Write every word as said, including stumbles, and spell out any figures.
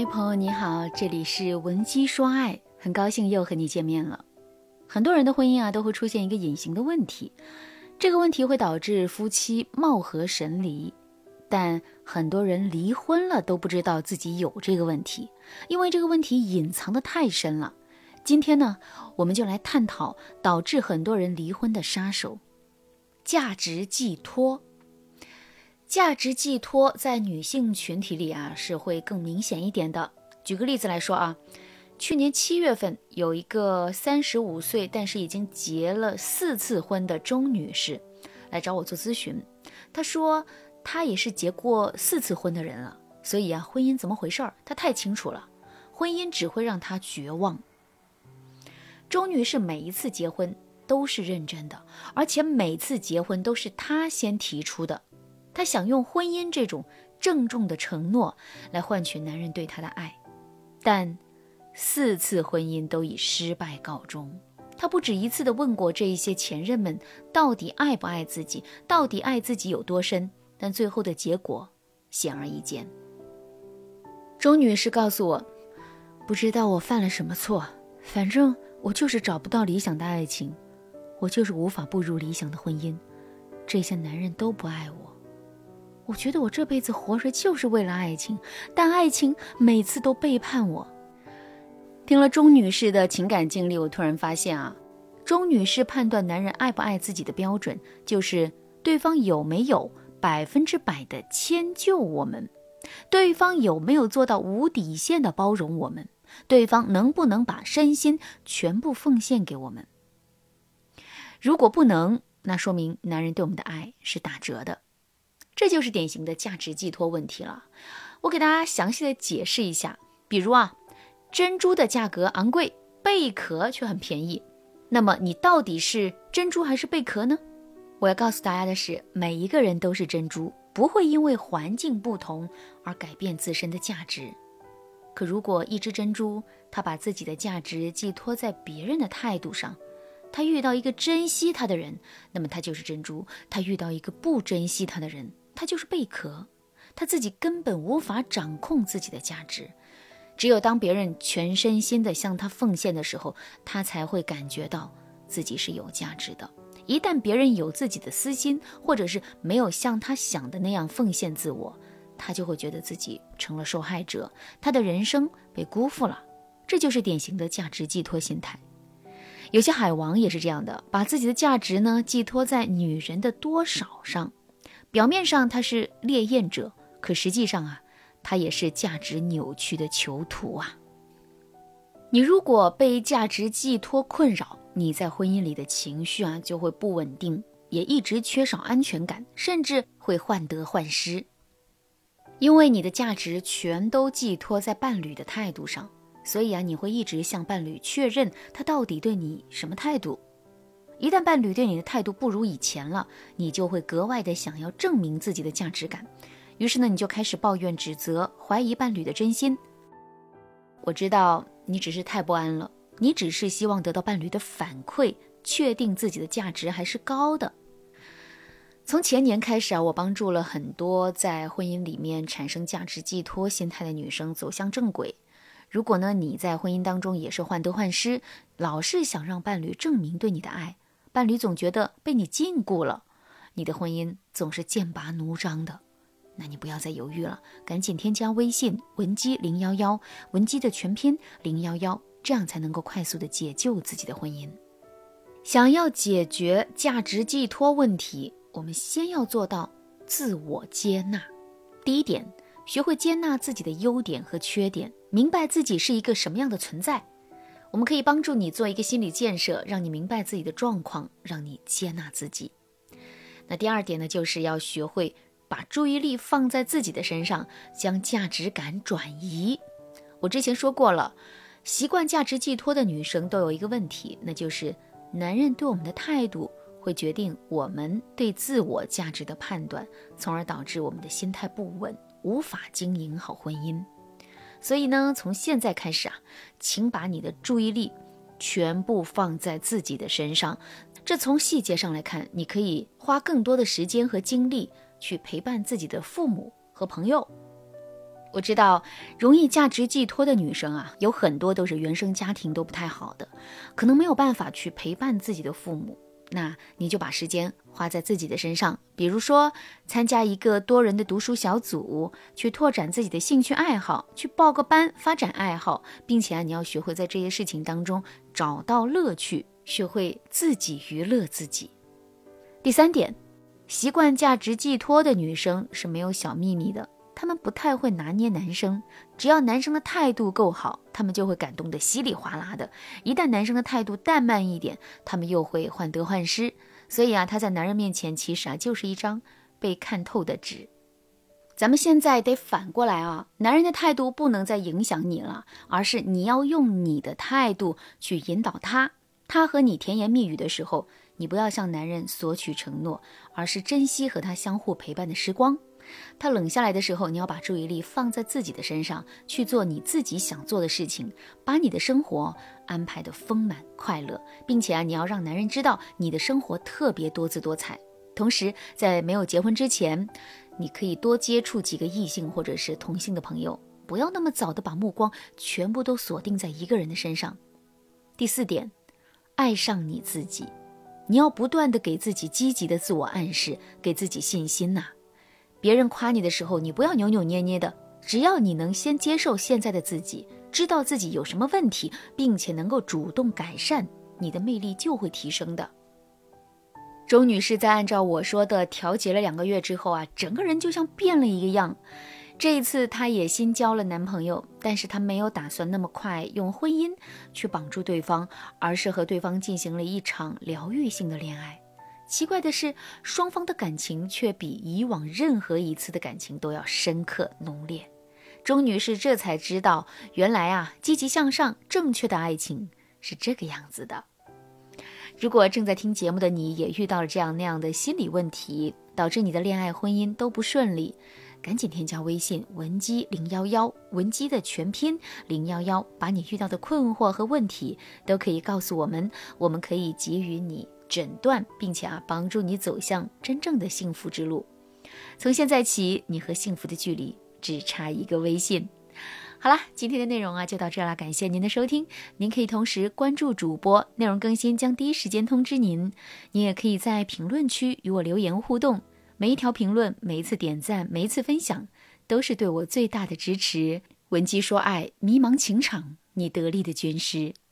朋友你好，这里是文姬说爱，很高兴又和你见面了。很多人的婚姻啊都会出现一个隐形的问题，这个问题会导致夫妻貌合神离，但很多人离婚了都不知道自己有这个问题，因为这个问题隐藏得太深了。今天呢，我们就来探讨导致很多人离婚的杀手——价值寄托。价值寄托在女性群体里啊是会更明显一点的。举个例子来说啊，去年七月份有一个三十五岁但是已经结了四次婚的周女士来找我做咨询。她说她也是结过四次婚的人了，所以啊婚姻怎么回事她太清楚了，婚姻只会让她绝望。周女士每一次结婚都是认真的，而且每次结婚都是她先提出的。她想用婚姻这种郑重的承诺来换取男人对她的爱，但四次婚姻都以失败告终。她不止一次地问过这一些前任们到底爱不爱自己，到底爱自己有多深，但最后的结果显而易见。周女士告诉我，不知道我犯了什么错，反正我就是找不到理想的爱情，我就是无法步入理想的婚姻，这些男人都不爱我。我觉得我这辈子活着就是为了爱情，但爱情每次都背叛我。听了钟女士的情感经历，我突然发现啊，钟女士判断男人爱不爱自己的标准，就是对方有没有百分之百的迁就我们，对方有没有做到无底线的包容我们，对方能不能把身心全部奉献给我们。如果不能，那说明男人对我们的爱是打折的。这就是典型的价值寄托问题了。我给大家详细的解释一下。比如啊，珍珠的价格昂贵，贝壳却很便宜，那么你到底是珍珠还是贝壳呢？我要告诉大家的是，每一个人都是珍珠，不会因为环境不同而改变自身的价值。可如果一只珍珠，它把自己的价值寄托在别人的态度上，他遇到一个珍惜他的人，那么他就是珍珠；他遇到一个不珍惜他的人，他就是贝壳。他自己根本无法掌控自己的价值，只有当别人全身心地向他奉献的时候，他才会感觉到自己是有价值的。一旦别人有自己的私心，或者是没有像他想的那样奉献自我，他就会觉得自己成了受害者，他的人生被辜负了。这就是典型的价值寄托心态。有些海王也是这样的，把自己的价值呢寄托在女人的多少上。表面上他是猎艳者，可实际上啊，他也是价值扭曲的囚徒啊。你如果被价值寄托困扰，你在婚姻里的情绪啊就会不稳定，也一直缺少安全感，甚至会患得患失。因为你的价值全都寄托在伴侣的态度上，所以啊，你会一直向伴侣确认他到底对你什么态度。一旦伴侣对你的态度不如以前了，你就会格外的想要证明自己的价值感，于是呢，你就开始抱怨、指责、怀疑伴侣的真心。我知道你只是太不安了，你只是希望得到伴侣的反馈，确定自己的价值还是高的。从前年开始啊，我帮助了很多在婚姻里面产生价值寄托心态的女生走向正轨。如果呢，你在婚姻当中也是患得患失，老是想让伴侣证明对你的爱，伴侣总觉得被你禁锢了，你的婚姻总是剑拔弩张的，那你不要再犹豫了，赶紧添加微信文姬零一一，文姬的全拼零一一，这样才能够快速的解救自己的婚姻。想要解决价值寄托问题，我们先要做到自我接纳。第一点，学会接纳自己的优点和缺点，明白自己是一个什么样的存在。我们可以帮助你做一个心理建设，让你明白自己的状况，让你接纳自己。那第二点呢，就是要学会把注意力放在自己的身上，将价值感转移。我之前说过了，习惯价值寄托的女生都有一个问题，那就是男人对我们的态度会决定我们对自我价值的判断，从而导致我们的心态不稳，无法经营好婚姻。所以呢，从现在开始啊，请把你的注意力全部放在自己的身上。这从细节上来看，你可以花更多的时间和精力去陪伴自己的父母和朋友， 我知道容易价值寄托的女生啊，有很多都是原生家庭都不太好的，可能没有办法去陪伴自己的父母，那你就把时间花在自己的身上，比如说参加一个多人的读书小组，去拓展自己的兴趣爱好，去报个班发展爱好，并且啊，你要学会在这些事情当中找到乐趣，学会自己娱乐自己。第三点，习惯价值寄托的女生是没有小秘密的，她们不太会拿捏男生，只要男生的态度够好，她们就会感动得稀里哗啦的，一旦男生的态度淡慢一点，她们又会患得患失，所以啊，她在男人面前其实啊就是一张被看透的纸。咱们现在得反过来啊，男人的态度不能再影响你了，而是你要用你的态度去引导他。他和你甜言蜜语的时候，你不要向男人索取承诺，而是珍惜和他相互陪伴的时光。他冷下来的时候，你要把注意力放在自己的身上，去做你自己想做的事情，把你的生活安排得丰满快乐，并且啊，你要让男人知道你的生活特别多姿多彩。同时，在没有结婚之前，你可以多接触几个异性或者是同性的朋友，不要那么早的把目光全部都锁定在一个人的身上。第四点，爱上你自己，你要不断的给自己积极的自我暗示，给自己信心呐、啊。别人夸你的时候，你不要扭扭捏捏的，只要你能先接受现在的自己，知道自己有什么问题，并且能够主动改善，你的魅力就会提升的。周女士在按照我说的调节了两个月之后啊，整个人就像变了一个样。这一次她也新交了男朋友，但是她没有打算那么快用婚姻去绑住对方，而是和对方进行了一场疗愈性的恋爱。奇怪的是，双方的感情却比以往任何一次的感情都要深刻浓烈。钟女士这才知道，原来啊，积极向上正确的爱情是这个样子的。如果正在听节目的你也遇到了这样那样的心理问题，导致你的恋爱婚姻都不顺利，赶紧添加微信文姬零一一，文姬的全拼零一一，把你遇到的困惑和问题都可以告诉我们，我们可以给予你诊断，并且啊帮助你走向真正的幸福之路。从现在起，你和幸福的距离只差一个微信。好啦，今天的内容啊就到这了，感谢您的收听。您可以同时关注主播，内容更新将第一时间通知您。您也可以在评论区与我留言互动，每一条评论，每一次点赞，每一次分享，都是对我最大的支持。文姬说爱，迷茫情场，你得力的军师。